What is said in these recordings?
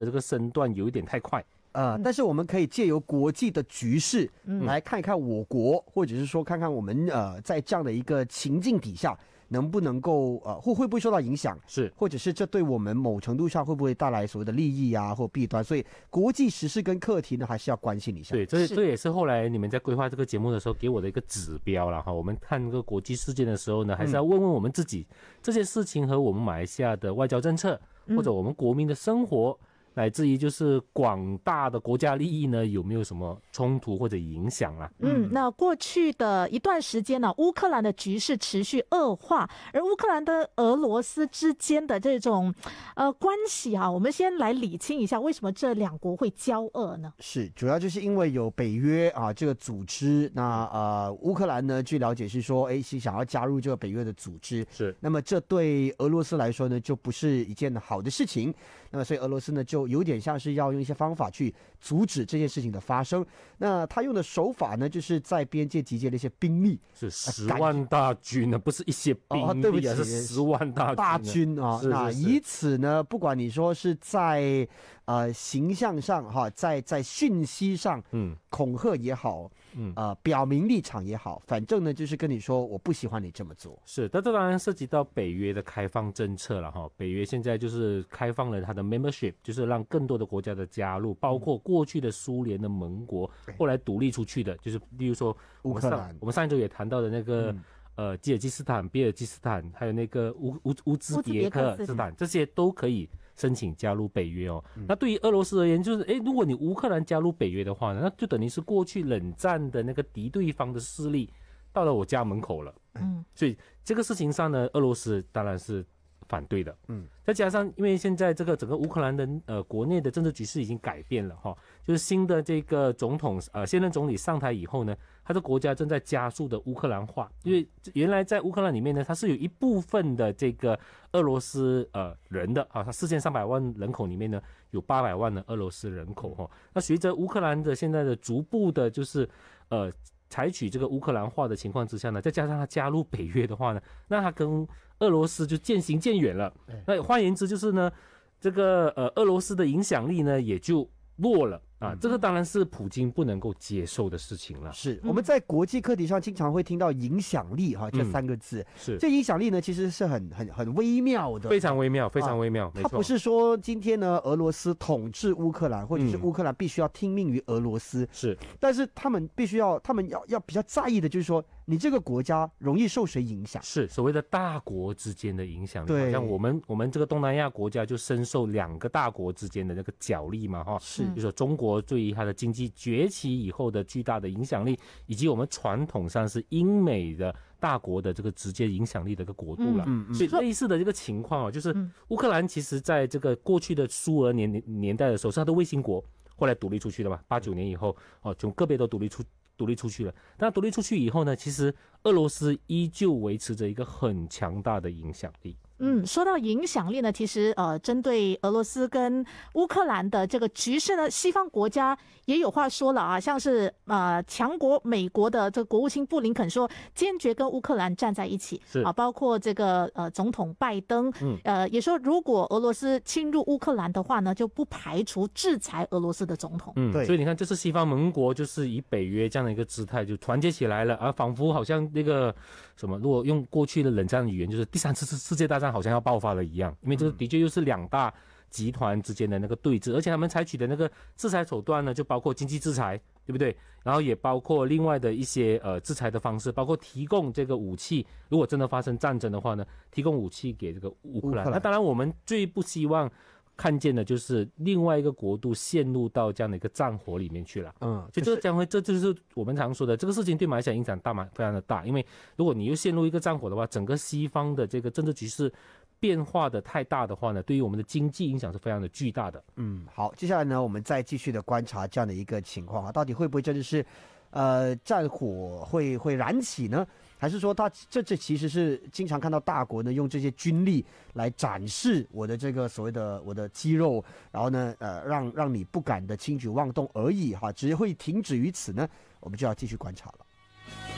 这个身段有一点太快。 但是我们可以借由国际的局势来看一看我国，或者是说看看我们在这样的一个情境底下能不能够会不会受到影响， 是， 或者是这对我们某程度上会不会带来所谓的利益啊或弊端，所以国际时事跟课题呢还是要关心一下。 对，这也是后来你们在规划这个节目的时候给我的一个指标啦哈。我们看这个国际事件的时候呢，还是要问问我们自己，这些事情和我们马来西亚的外交政策或者我们国民的生活，乃至于就是广大的国家利益呢，有没有什么冲突或者影响啦？ 那过去的一段时间呢，乌克兰的局势持续恶化，而乌克兰跟俄罗斯之间的这种关系啊，我们先来理清一下，为什么这两国会交恶呢？ 是，主要就是因为有北约啊这个组织，那乌克兰呢，据了解是说，是想要加入这个北约的组织， 是， 那么这对俄罗斯来说呢，就不是一件好的事情，那么所以俄罗斯呢就有点像是要用一些方法去阻止这件事情的发生。那他用的手法呢，就是在边界集结了一些兵力， 是10万大军呢，不是一些兵力， 对不起， 是10万大军啊。那以此呢，不管你说是在形象上哈，在讯息上，恐吓也好，表明立场也好，反正呢就是跟你说我不喜欢你这么做。 是，但这当然涉及到北约的开放政策了哈。北约现在就是开放了它的 membership， 就是让更多的国家的加入，包括过去的苏联的盟国，后来独立出去的，就是例如说乌克兰， 我们上一周也谈到的那个吉尔吉斯坦、比尔吉斯坦，还有那个乌兹别克斯坦，这些都可以申请加入北约哦。那对于俄罗斯而言，就是如果你乌克兰加入北约的话呢，那就等于是过去冷战的那个敌对方的势力到了我家门口了。所以这个事情上呢，俄罗斯当然是反对的。再加上因为现在这个整个乌克兰的国内的政治局势已经改变了哈，就是新的这个总统现任总理上台以后呢，他的国家正在加速的乌克兰化。因为原来在乌克兰里面呢，它是有一部分的这个俄罗斯人的啊，它4300万人口里面呢有800万的俄罗斯人口哈。那随着乌克兰的现在的逐步的就是采取这个乌克兰化的情况之下呢，再加上他加入北约的话呢，那他跟俄罗斯就渐行渐远了。那换言之就是呢，这个俄罗斯的影响力呢也就弱了啊，这个当然是普京不能够接受的事情了。 是我们在国际课题上经常会听到影响力哈这3个字， 是这影响力呢其实是很微妙的， 非常微妙，非常微妙。 它不是说今天呢俄罗斯统治乌克兰，或者是乌克兰必须要听命于俄罗斯， 是， 但是他们要比较在意的就是说，你这个国家容易受谁影响？ 是所谓的大国之间的影响力。 对， 像我们这个东南亚国家就深受2个大国之间的那个角力嘛哈。 是， 就是说中国对于它的经济崛起以后的巨大的影响力，以及我们传统上是英美的大国的这个直接影响力的一个国度了。所以类似的这个情况就是乌克兰其实在这个过去的苏俄年代的时候是它的卫星国，后来独立出去的嘛，89年以后从个别都独立出去了。但独立出去以后呢，其实俄罗斯依旧维持着一个很强大的影响力。 说到影响力呢，其实针对俄罗斯跟乌克兰的这个局势呢，西方国家也有话说了啊，像是强国美国的这个国务卿布林肯说坚决跟乌克兰站在一起，是啊，包括这个总统拜登也说如果俄罗斯侵入乌克兰的话呢，就不排除制裁俄罗斯的总统。 对，所以你看这是西方盟国就是以北约这样的一个姿态就团结起来了，仿佛好像那个什么，如果用过去的冷战语言，就是第3次世界大战好像要爆发了一样，因为这的确又是2大集团之间的那个对峙，而且他们采取的那个制裁手段呢，就包括经济制裁，对不对？然后也包括另外的一些制裁的方式，包括提供这个武器，如果真的发生战争的话呢，提供武器给这个乌克兰。那当然我们最不希望看见的就是另外一个国度陷入到这样的一个战火里面去了。所以这就是我们常说的，这个事情对马来西亚影响非常的大，因为如果你又陷入一个战火的话，整个西方的这个政治局势变化的太大的话呢，对于我们的经济影响是非常的巨大的。 好，接下来呢，我们再继续的观察这样的一个情况啊，到底会不会真的是战火会燃起呢？还是说这其实是经常看到大国呢用这些军力来展示我的这个所谓的我的肌肉，然后呢让你不敢的轻举妄动而已哈，只会停止于此呢？我们就要继续观察了。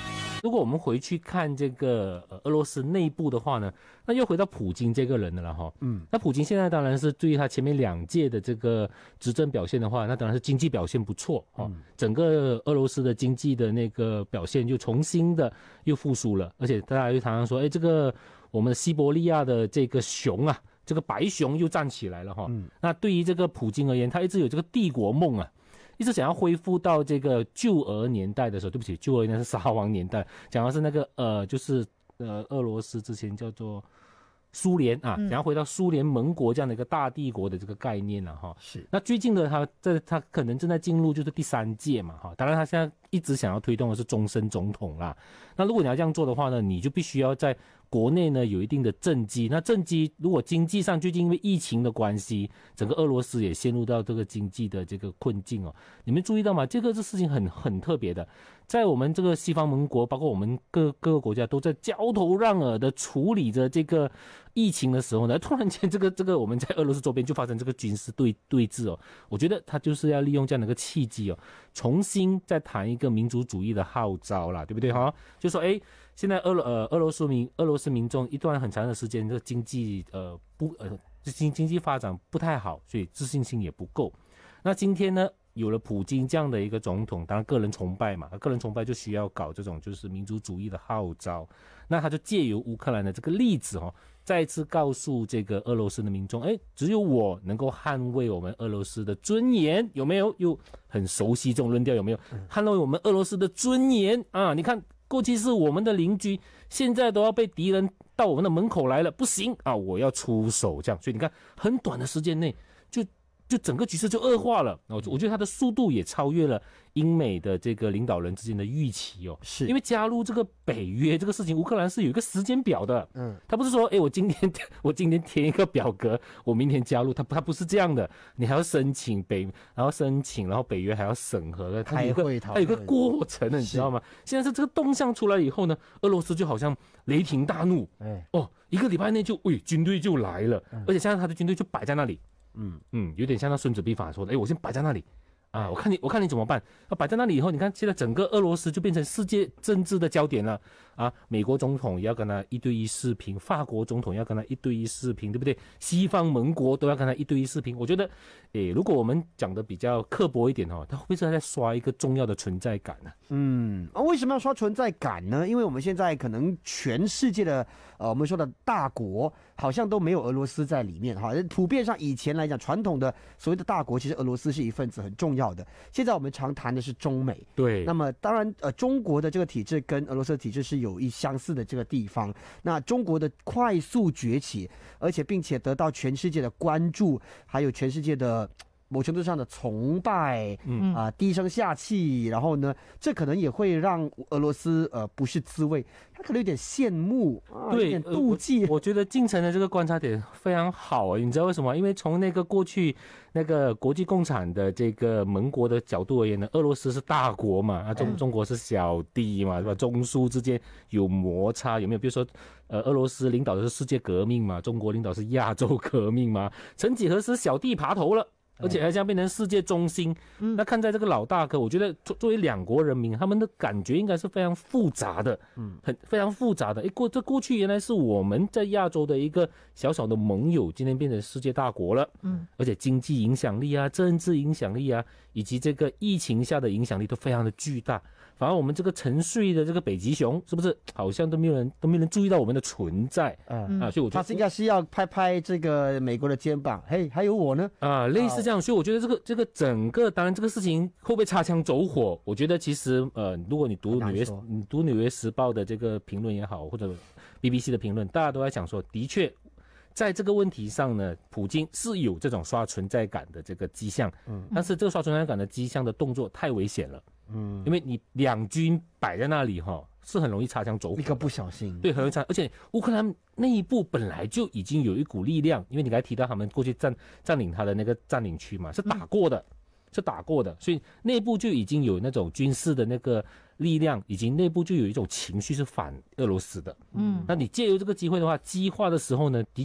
如果我们回去看这个俄罗斯内部的话呢，那又回到普京这个人了哈。那普京现在当然是对于他前面2届的这个执政表现的话，那当然是经济表现不错整个俄罗斯的经济的那个表现就重新的又复苏了，而且大家又常常说，这个我们的西伯利亚的这个熊啊，这个白熊又站起来了哈。那对于这个普京而言，他一直有这个帝国梦啊。一直想要恢复到这个旧俄年代的时候，对不起，旧俄年代是沙皇年代，讲的是那个就是俄罗斯之前叫做苏联啊，想要回到苏联盟国这样的一个大帝国的这个概念了哈。 是。 那最近的他可能正在进入就是第3届嘛哈，当然他现在一直想要推动的是终身总统啦。那如果你要这样做的话呢，你就必须要在国内呢有一定的政绩，那政绩如果经济上最近因为疫情的关系，整个俄罗斯也陷入到这个经济的这个困境哦。你们注意到吗？这事情很特别的，在我们这个西方盟国，包括我们各个国家都在焦头烂额的处理着这个疫情的时候呢，突然间这个我们在俄罗斯周边就发生这个军事对峙哦。我觉得他就是要利用这样的一个契机哦，重新再谈一个民族主义的号召啦，对不对哈？就说现在俄罗斯民众一段很长的时间，这个经济经济发展不太好，所以自信心也不够。那今天呢，有了普京这样的一个总统，当然个人崇拜嘛，个人崇拜就需要搞这种就是民族主义的号召。那他就借由乌克兰的这个例子再一次告诉这个俄罗斯的民众，只有我能够捍卫我们俄罗斯的尊严，有没有？又很熟悉这种论调，有没有？捍卫我们俄罗斯的尊严啊！你看。过去是我们的邻居，现在都要被敌人到我们的门口来了，不行啊！我要出手，这样，所以你看，很短的时间内就整个局势就恶化了。我觉得它的速度也超越了英美的这个领导人之间的预期哦。 是因为加入这个北约这个事情，乌克兰是有一个时间表的。他不是说，我今天填一个表格，我明天加入，他不是这样的。你还要申请然后北约还要审核，它有一个过程的，你知道吗？现在是这个动向出来以后呢，俄罗斯就好像雷霆大怒，1个礼拜内就军队就来了，而且现在他的军队就摆在那里。有点像那孙子兵法说的，我先摆在那里啊，我看你怎么办。摆在那里以后，你看现在整个俄罗斯就变成世界政治的焦点了啊！美国总统也要跟他1对1视频，法国总统也要跟他1对1视频，对不对？西方盟国都要跟他1对1视频。我觉得，如果我们讲的比较刻薄一点他会不会是在刷一个重要的存在感呢？ 为什么要刷存在感呢？因为我们现在可能全世界的我们说的大国好像都没有俄罗斯在里面哈。普遍上以前来讲，传统的所谓的大国，其实俄罗斯是一份子很重要的。现在我们常谈的是中美， 对。 那么当然中国的这个体制跟俄罗斯的体制是有一相似的这个地方。那中国的快速崛起，而且并且得到全世界的关注，还有全世界的某程度上的崇拜，低声下气，然后呢，这可能也会让俄罗斯不是滋味，他可能有点羡慕，有点妒忌。 我觉得进程的这个观察点非常好，你知道为什么？因为从那个过去那个国际共产的这个盟国的角度而言呢，俄罗斯是大国嘛，中国是小弟嘛，是吧？中苏之间有摩擦，有没有？比如说，俄罗斯领导的是世界革命嘛，中国领导是亚洲革命嘛，曾几何时小弟爬头了。而且还将变成世界中心，那看在这个老大哥，我觉得作为两国人民，他们的感觉应该是非常复杂的，非常复杂的。过去原来是我们在亚洲的一个小小的盟友，今天变成世界大国了，而且经济影响力啊、政治影响力啊，以及这个疫情下的影响力都非常的巨大。反而我们这个沉睡的这个北极熊，是不是好像都没有人注意到我们的存在所以我觉得他应该是要拍拍这个美国的肩膀，嘿，还有我呢类似这样。所以我觉得这个整个，当然这个事情会不会擦枪走火，我觉得其实如果你读纽约时报的这个评论也好，或者 BBC 的评论，大家都在讲说，的确在这个问题上呢，普京是有这种刷存在感的这个迹象，但是这个刷存在感的迹象的动作太危险了，因为你两军摆在那里是很容易擦枪走火， 一个不小心， 对，很容易擦。而且乌克兰内部本来就已经有一股力量，因为你刚才提到他们过去占领他的那个占领区嘛，是打过的，所以内部就已经有那种军事的那个力量，以及内部就有一种情绪是反俄罗斯的。那你借由这个机会的话，激化的时候呢，的确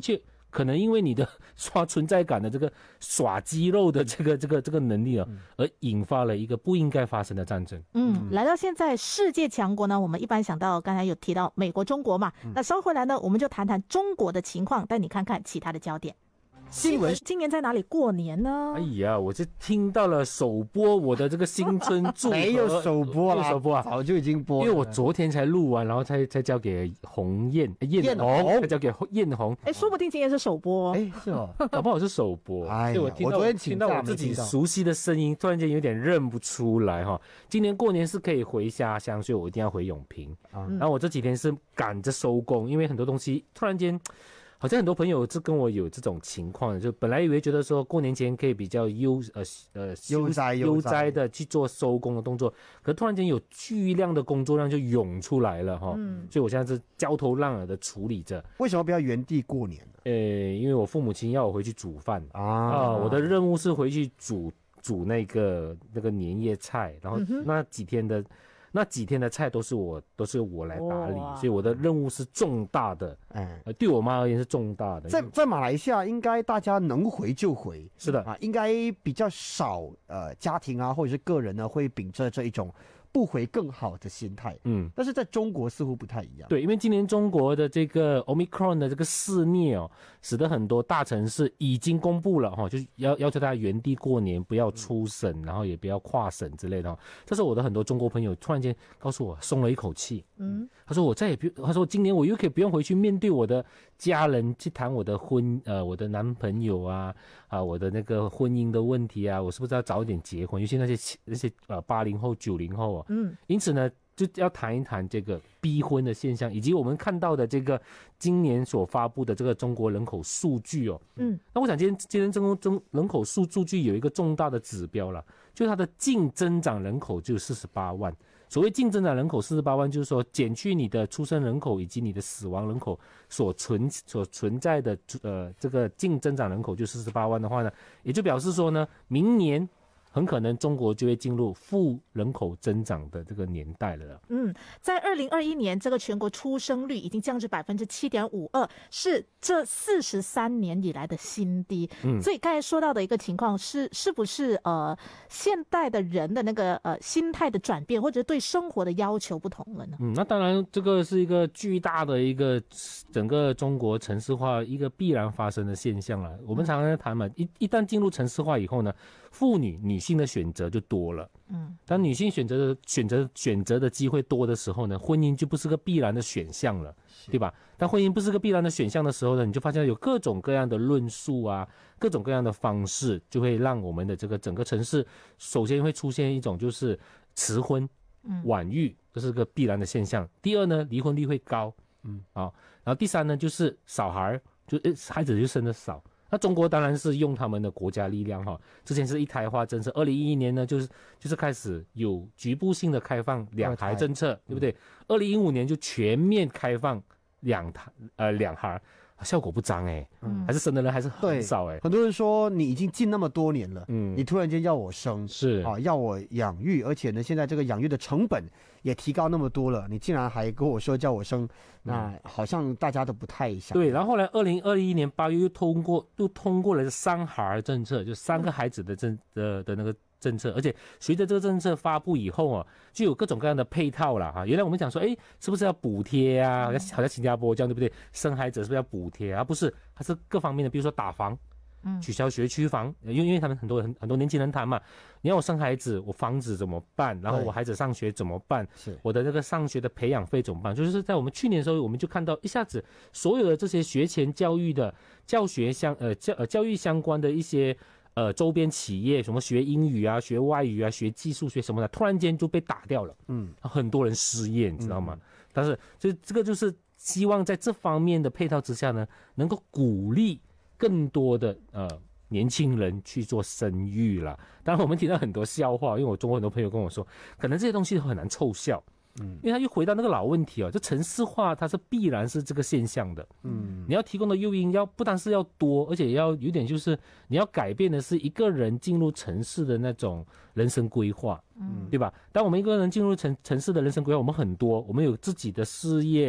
可能因为你的刷存在感的这个耍肌肉的这个能力啊，而引发了一个不应该发生的战争。 来到现在世界强国呢，我们一般想到刚才有提到美国、中国嘛，那稍回来呢，我们就谈谈中国的情况，带你看看其他的焦点。新闻今年在哪里过年呢？ 哎呀，我就听到了首播我的这个新春祝贺， 没有首播了， 首播啊， 早就已经播了。 因为我昨天才录完，然后才交给燕红，才交给燕红。 说不定今天是首播， 是哦， 搞不好是首播。 哎呀， 我昨天听到我自己熟悉的声音，突然间有点认不出来哈。今年过年是可以回家乡，所以我一定要回永平。然后我这几天是赶着收工，因为很多东西突然间。好像很多朋友是跟我有这种情况，就本来以为觉得说过年前可以比较悠哉的去做收工的动作，可突然间有巨量的工作量就涌出来了哈，所以我现在是焦头烂额的处理着。 为什么不要原地过年呢？ 因为我父母亲要我回去煮饭我的任务是回去煮那个年夜菜，然后那几天的菜都是我来打理，所以我的任务是重大的，对我妈而言是重大的。 在马来西亚，应该大家能回就回， 是的应该比较少家庭啊或者是个人呢会秉着这一种不回更好的心态，但是在中国似乎不太一样。 对，因为今年中国的这个 Omicron 的这个肆虐使得很多大城市已经公布了就是要求大家原地过年，不要出省，然后也不要跨省之类的这是我的很多中国朋友突然间告诉我松了一口气。他说我再也不，他说今年我又可以不用回去面对我的家人去谈我的我的男朋友我的那个婚姻的问题我是不是要早一点结婚？尤其那些80后、90后因此呢，就要谈一谈这个逼婚的现象，以及我们看到的这个今年所发布的这个中国人口数据那我想今天中人口数据有一个重大的指标了，就是它的净增长人口就48万。所谓净增长人口48万，就是说减去你的出生人口以及你的死亡人口所存在的这个净增长人口就48万的话呢，也就表示说呢，明年很可能中国就会进入负人口增长的这个年代了。 在2021年，这个全国出生率已经降至7.52%，是这43年以来的新低。所以刚才说到的一个情况是不是现代的人的那个心态的转变，或者对生活的要求不同了呢？ 那当然，这个是一个巨大的一个整个中国城市化一个必然发生的现象了。我们常常在谈嘛，一旦进入城市化以后呢，女性的选择就多了。当女性选择的机会多的时候呢，婚姻就不是个必然的选项了，对吧？当婚姻不是个必然的选项的时候呢，你就发现有各种各样的论述各种各样的方式，就会让我们的这个整个城市首先会出现一种就是迟婚、晚育，这是个必然的现象。第二呢，离婚率会高，然后第三呢，就是少孩，孩子就生得少。那中国当然是用他们的国家力量之前是一胎化政策，2011年呢就是开始有局部性的开放2孩政策，对不对？2015年就全面开放2孩，效果不彰还是生的人还是很少很多人说你已经进那么多年了，你突然间要我生， 是要我养育，而且呢现在这个养育的成本也提高那么多了，你竟然还跟我说叫我生，那好像大家都不太想。 对，然后后来2021年8月又通过了3孩政策，就3个孩子的那个政策，而且随着这个政策发布以后就有各种各样的配套了原来我们讲说，是不是要补贴好像新加坡这样，对不对？生孩子是不是要补贴不是，它是各方面的，比如说打房。取消学区房，因为他们很多年轻人谈嘛，你要我生孩子，我房子怎么办？然后我孩子上学怎么办？我的这个上学的培养费怎么办？就是在我们去年的时候，我们就看到一下子所有的这些学前教育的教育相关的一些周边企业，什么学英语学外语学技术学什么的，突然间就被打掉了。很多人失业，你知道吗？但是这个就是希望在这方面的配套之下呢，能够鼓励更多的年轻人去做生育啦。当然我们听到很多笑话，因为我中国很多朋友跟我说，可能这些东西很难凑效，因为他又回到那个老问题这城市化它是必然是这个现象的。你要提供的诱因不单是要多，而且要有点就是你要改变的是一个人进入城市的那种人生规划，对吧？当我们一个人进入城市的人生规划，我们很多，我们有自己的事业，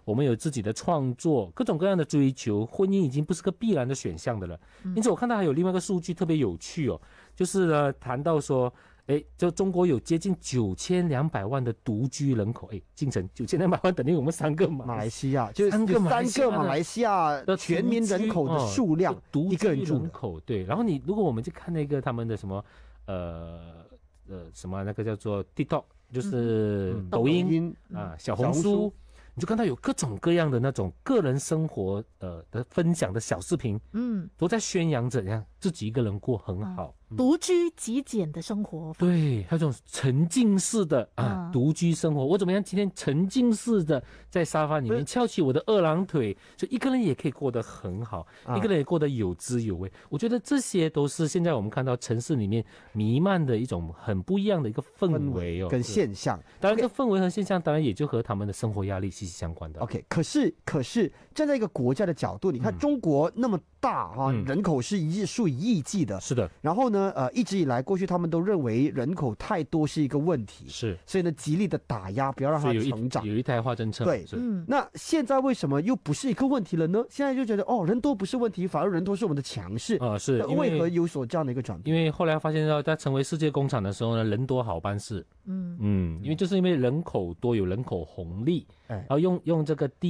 我们有自己的创作，各种各样的追求，婚姻已经不是个必然的选项的了。因此我看到还有另外一个数据特别有趣哦，就是呢谈到说，就中国有接近9200万的独居人口，进城9200万等于我们3个马来西亚，就是3个马来西亚的全民人口的数量， 独居人口对。然后如果我们去看那个他们的什么什么那个叫做 TikTok， 就是抖音啊、小红书。你就看到有各种各样的那种个人生活的分享的小视频，都在宣扬怎样自己一个人过很好， 独居极简的生活法。 对，还有这种沉浸式的独居生活。我怎么样今天沉浸式的在沙发里面翘起我的2郎腿，就一个人也可以过得很好，一个人也过得有滋有味。我觉得这些都是现在我们看到城市里面弥漫的一种很不一样的一个氛围跟现象。 当然这氛围和现象当然也就和他们的生活压力息息相关的。 OK， 可是站在一个国家的角度，你看中国那么大人口是数以亿计的， 是的。 然后呢，一直以来过去他们都认为人口太多是一个问题， 是， 所以呢极力的打压，不要让它成长， 有一胎化政策。 对，那现在为什么又不是一个问题了呢？现在就觉得人多不是问题，反而人多是我们的强势是为何有所这样的一个转变？ 因为后来发现到在成为世界工厂的时候呢，人多好办事。因为就是因为人口多有人口红利，然后用这个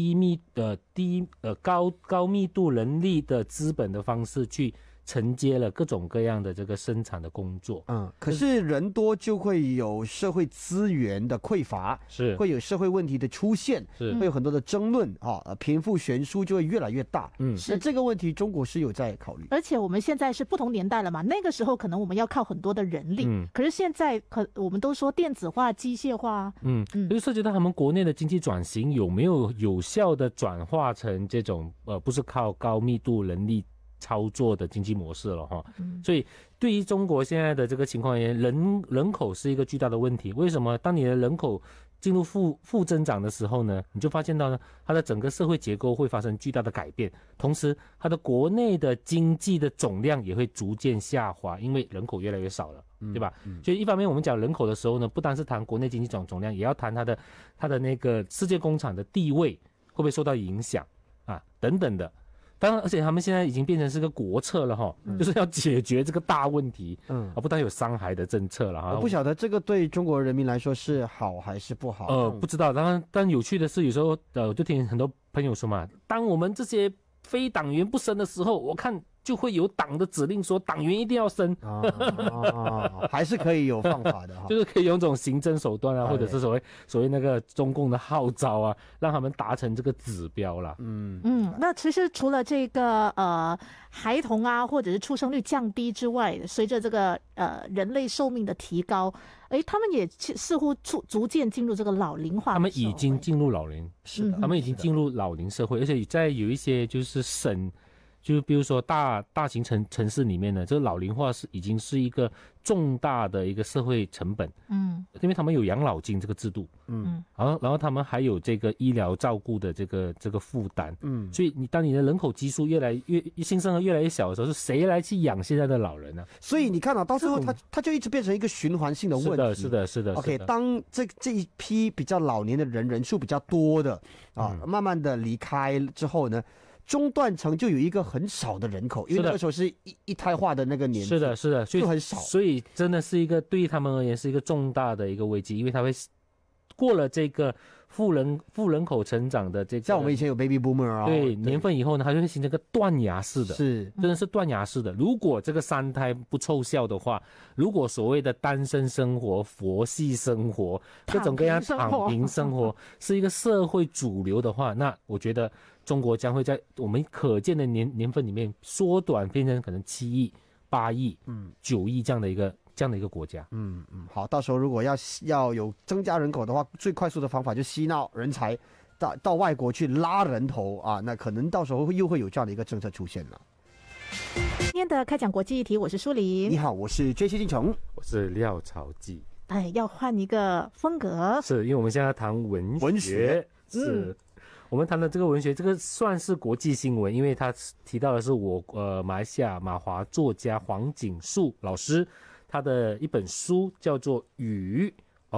高密度人力的资本的方式去承接了各种各样的这个生产的工作。 可是人多就会有社会资源的匮乏， 是会有社会问题的出现， 是会有很多的争论贫富悬殊就会越来越大。那这个问题中国是有在考虑。 而且我们现在是不同年代了嘛，那个时候可能我们要靠很多的人力，可是现在我们都说电子化、机械化， 就涉及到他们国内的经济转型有没有有效的转化成这种不是靠高密度人力操作的经济模式了哈。所以对于中国现在的这个情况而言，人口是一个巨大的问题。为什么？当你的人口进入负增长的时候呢，你就发现到呢，它的整个社会结构会发生巨大的改变，同时它的国内的经济的总量也会逐渐下滑，因为人口越来越少了，对吧？所以一方面我们讲人口的时候呢，不单是谈国内经济总量，也要谈它的那个世界工厂的地位会不会受到影响等等的。当然，而且他们现在已经变成是个国策了哈，就是要解决这个大问题，不但有伤害的政策了哈。 我不晓得这个对中国人民来说是好还是不好。 不知道。但有趣的是，有时候我就听很多朋友说嘛，当我们这些非党员不升的时候，我看就会有党的指令说党员一定要升， 还是可以有方法的就是可以用这种行政手段或者是所谓那个中共的号召让他们达成这个指标啦。 那其实除了这个孩童或者是出生率降低之外，随着这个人类寿命的提高，他们也似乎逐渐进入这个老龄化的社会。他们已经进入老龄，是的，他们已经进入老龄社会，而且在有一些就是就比如说大型城市里面呢，这个老龄化已经是一个重大的一个社会成本。因为他们有养老金这个制度，然后他们还有这个医疗照顾的这个负担，所以当你的人口基数新生儿越来越小的时候，是谁来去养现在的老人呢？ 所以你看到最后它就一直变成一个循环性的问题。 是的。 OK， 当这一批比较老年的人数比较多的慢慢的离开之后呢，中断层就有一个很少的人口，因为那个时候是一胎化的那个年纪， 是的，所以就很少， 所以真的是一个对于他们而言是一个重大的一个危机，因为它会过了这个富人口成长的这个， 像我们以前有 baby boomer 对年份以后呢，它就会形成一个断崖式的，真的是断崖式的。如果这个3胎不凑效的话，如果所谓的单身生活、佛系生活、各种各样躺平生活是一个社会主流的话，那我觉得中国将会在我们可见的年份里面缩短，变成可能7亿、8亿、9亿这样的一个国家。 好，到时候如果要有增加人口的话，最快速的方法就吸纳人才到外国去拉人头那可能到时候又会有这样的一个政策出现了。 今天的开讲国际议题，我是舒玲。 你好，我是JC进城， 我是廖朝记。 要换一个风格， 是因为我们现在要谈文学，是。我们谈的这个文学，这个算是国际新闻，因为他提到的是马来西亚马华作家黄锦树老师，他的一本书叫做《雨》。OK，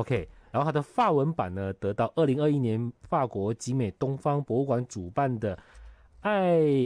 然后它的法文版呢得到2021年法国集美东方博物馆主办的艾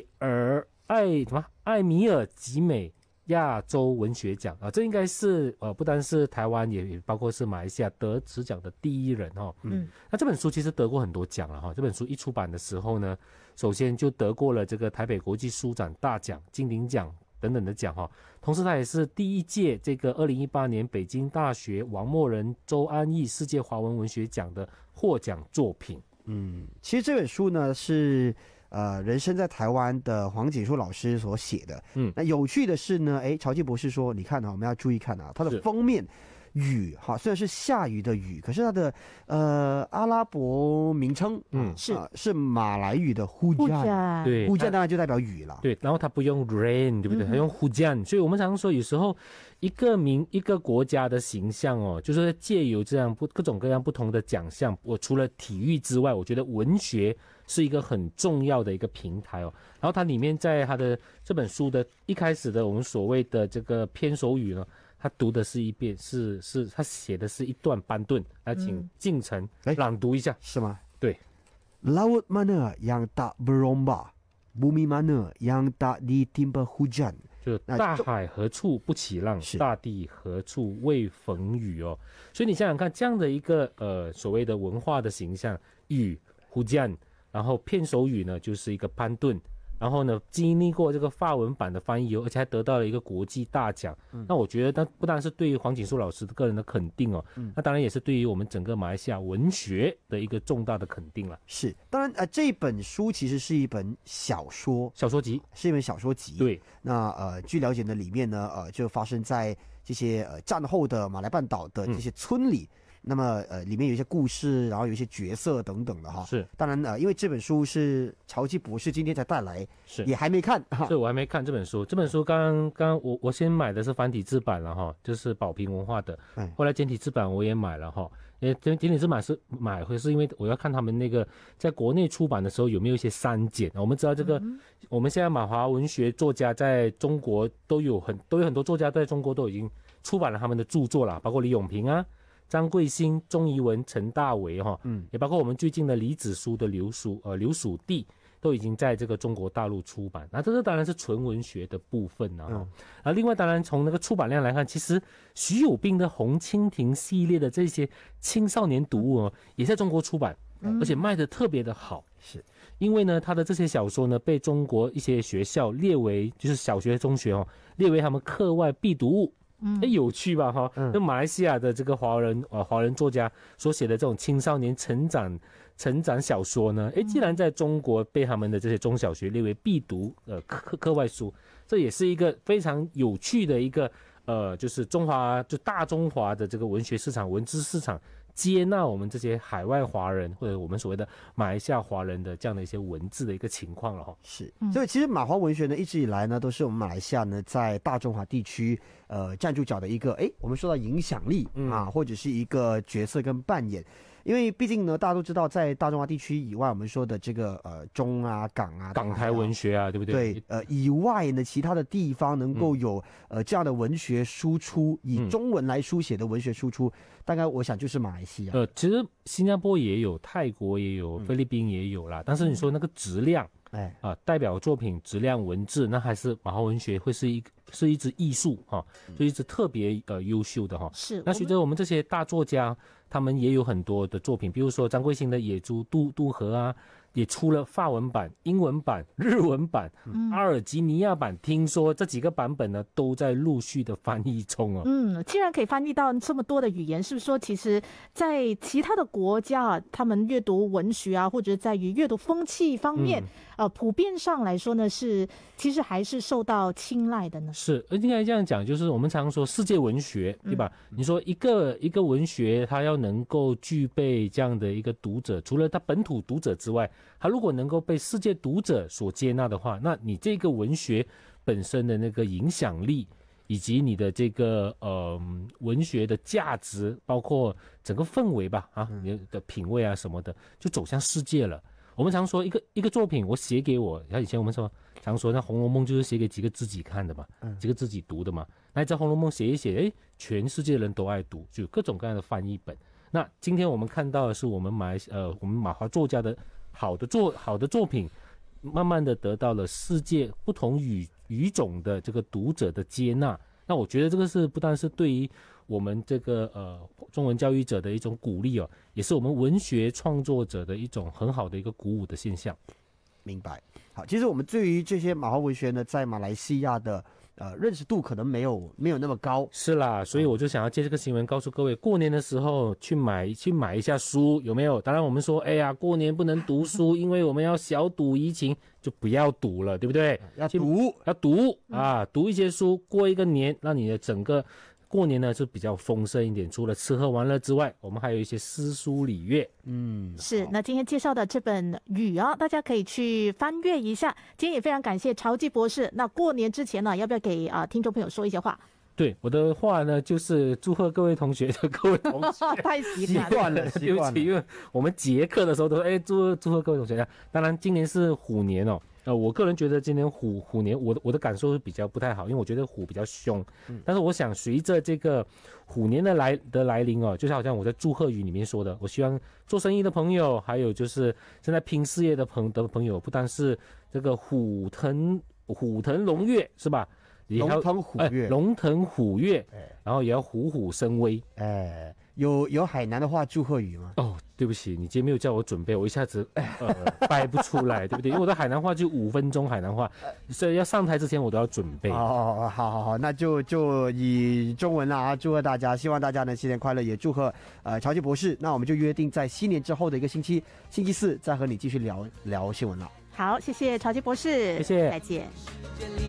米尔集美亚洲文学奖啊，这应该是不单是台湾，也包括是马来西亚得此奖的第一人哦。那这本书其实得过很多奖了哈。这本书一出版的时候呢，首先就得过了这个台北国际书展大奖、金鼎奖等等的奖哈。同时，它也是第一届这个2018年北京大学王默仁、周安义世界华文文学奖的获奖作品。 其实这本书呢是人生在台湾的黄锦书老师所写的。那有趣的是呢，曹继博士说，你看啊，我们要注意看啊，它的封面雨哈，虽然是下雨的雨，可是它的阿拉伯名称是马来语的hujan，对，hujan当然就代表雨了。 对，然后它不用 rain， 对不对？它用hujan，所以我们常说有时候一个国家的形象哦，就是借由这样各种各样不同的奖项，我除了体育之外，我觉得文学是一个很重要的一个平台哦。然后它里面在它的这本书的一开始的我们所谓的这个篇首语呢，他读的是一遍，是他写的是一段班顿，来请敬晨朗读一下， 是吗？ 对 ，Laut mana yang tak berombak, bumi mana yang tak ditimpa hujan。 就大海何处不起浪，大地何处未逢雨哦。所以你想想看，这样的一个所谓的文化的形象，雨hujan，然后片首语呢就是一个班顿。然后呢，经历过这个法文版的翻译，而且还得到了一个国际大奖。那我觉得，那不但是对于黄锦书老师的个人的肯定哦，那当然也是对于我们整个马来西亚文学的一个重大的肯定了。 是，当然这本书其实是一本小说集，是一本小说集。 对， 那据了解呢，里面呢就发生在这些战后的马来半岛的这些村里。那么里面有一些故事，然后有一些角色等等的哈。 是， 当然因为这本书是曹继博士今天才带来， 是也还没看。 是，我还没看这本书。这本书刚我先买的是繁体字版了哈，就是宝瓶文化的。后来简体字版我也买了哈。简体字版是买会是因为我要看他们那个在国内出版的时候有没有一些删减。我们知道这个，我们现在马华文学作家在中国都有很多作家在中国都已经出版了他们的著作了，包括李永平啊。张贵兴、钟怡文、陈大为哈，也包括我们最近的李子书的刘蜀地，都已经在这个中国大陆出版。那这当然是纯文学的部分啊。另外当然从那个出版量来看，其实徐有斌的《红蜻蜓》系列的这些青少年读物也在中国出版，而且卖得特别的好。 是因为呢，他的这些小说呢，被中国一些学校列为就是小学、中学列为他们课外必读物。有趣吧哈？那马来西亚的这个华人作家所写的这种青少年成长小说呢，既然在中国被他们的这些中小学列为必读课外书，这也是一个非常有趣的一个就是大中华的这个文学市场、文字市场接纳我们这些海外华人或者我们所谓的马来西亚华人的这样的一些文字的一个情况了哈。 是，所以其实马华文学呢，一直以来呢，都是我们马来西亚呢在大中华地区站住脚的一个我们说到影响力或者是一个角色跟扮演。因为毕竟呢，大家都知道，在大中华地区以外，我们说的这个中啊、港啊、 港台文学啊，对不对？ 对，以外呢，其他的地方能够有这样的文学输出，以中文来书写的文学输出，大概我想就是马来西亚。 其实新加坡也有，泰国也有，菲律宾也有啦。但是你说那个质量，代表作品质量文字，那还是马华文学会是一支艺术哈，就一支特别优秀的哈。 是。 那随着我们这些大作家，他们也有很多的作品，比如说张贵兴的《野猪渡河》啊，也出了法文版、英文版、日文版、阿尔及利亚版，听说这几个版本呢都在陆续的翻译中既然可以翻译到这么多的语言，是不是说其实在其他的国家他们阅读文学或者在于阅读风气方面普遍上来说呢其实还是受到青睐的呢？ 是，应该这样讲，就是我们常说世界文学，对吧？你说一个文学它要能够具备这样的一个读者，除了它本土读者之外，它如果能够被世界读者所接纳的话，那你这个文学本身的那个影响力，以及你的这个文学的价值，包括整个氛围吧你的品味啊什么的，就走向世界了。我们常说一个作品我写给我，像以前我们常说那《红楼梦》就是写给几个自己看的嘛，几个自己读的嘛。那在《红楼梦》写一写，全世界人都爱读，就有各种各样的翻译本。 那今天我们看到的是我们马华作家的好的作品，慢慢的得到了世界不同语种的这个读者的接纳。那我觉得这个是不但是对于我们这个中文教育者的一种鼓励哦，也是我们文学创作者的一种很好的一个鼓舞的现象。 明白。好，其实我们对于这些马华文学呢，在马来西亚的认识度可能没有那么高。 是啦，所以我就想要借这个新闻告诉各位，过年的时候去买一下书，有没有？当然我们说，哎呀，过年不能读书，因为我们要小赌怡情，就不要赌了，对不对？ 要读啊，读一些书，过一个年，让你的整个过年呢就比较丰盛一点。除了吃喝玩乐之外，我们还有一些诗书礼乐。 是。那今天介绍的这本《雨》啊，大家可以去翻阅一下。今天也非常感谢曹基博士。那过年之前呢，要不要给听众朋友说一些话？ 对，我的话呢，就是祝贺各位同学的各位同学。 太习惯了， 对不起，因为我们结课的时候都说，祝贺各位同学。当然，今年是虎年哦。我个人觉得今年虎年，我的感受是比较不太好，因为我觉得虎比较凶。但是我想随着这个虎年的来临哦，就好像我在祝贺语里面说的，我希望做生意的朋友，还有就是正在拼事业的朋友，不单是这个虎腾龙跃，是吧？ 龙腾虎跃， 龙腾虎跃，然后也要虎虎生威。 有海南的话祝贺语吗？ 哦，对不起，你今天没有叫我准备，我一下子掰不出来，对不对？因为我的海南话就5分钟海南话，所以要上台之前我都要准备。 好，那就以中文啦祝贺大家，希望大家呢新年快乐，也祝贺曹基博士。那我们就约定在新年之后的一个星期四再和你继续聊新闻了。 好，谢谢曹基博士， 谢谢， 再见。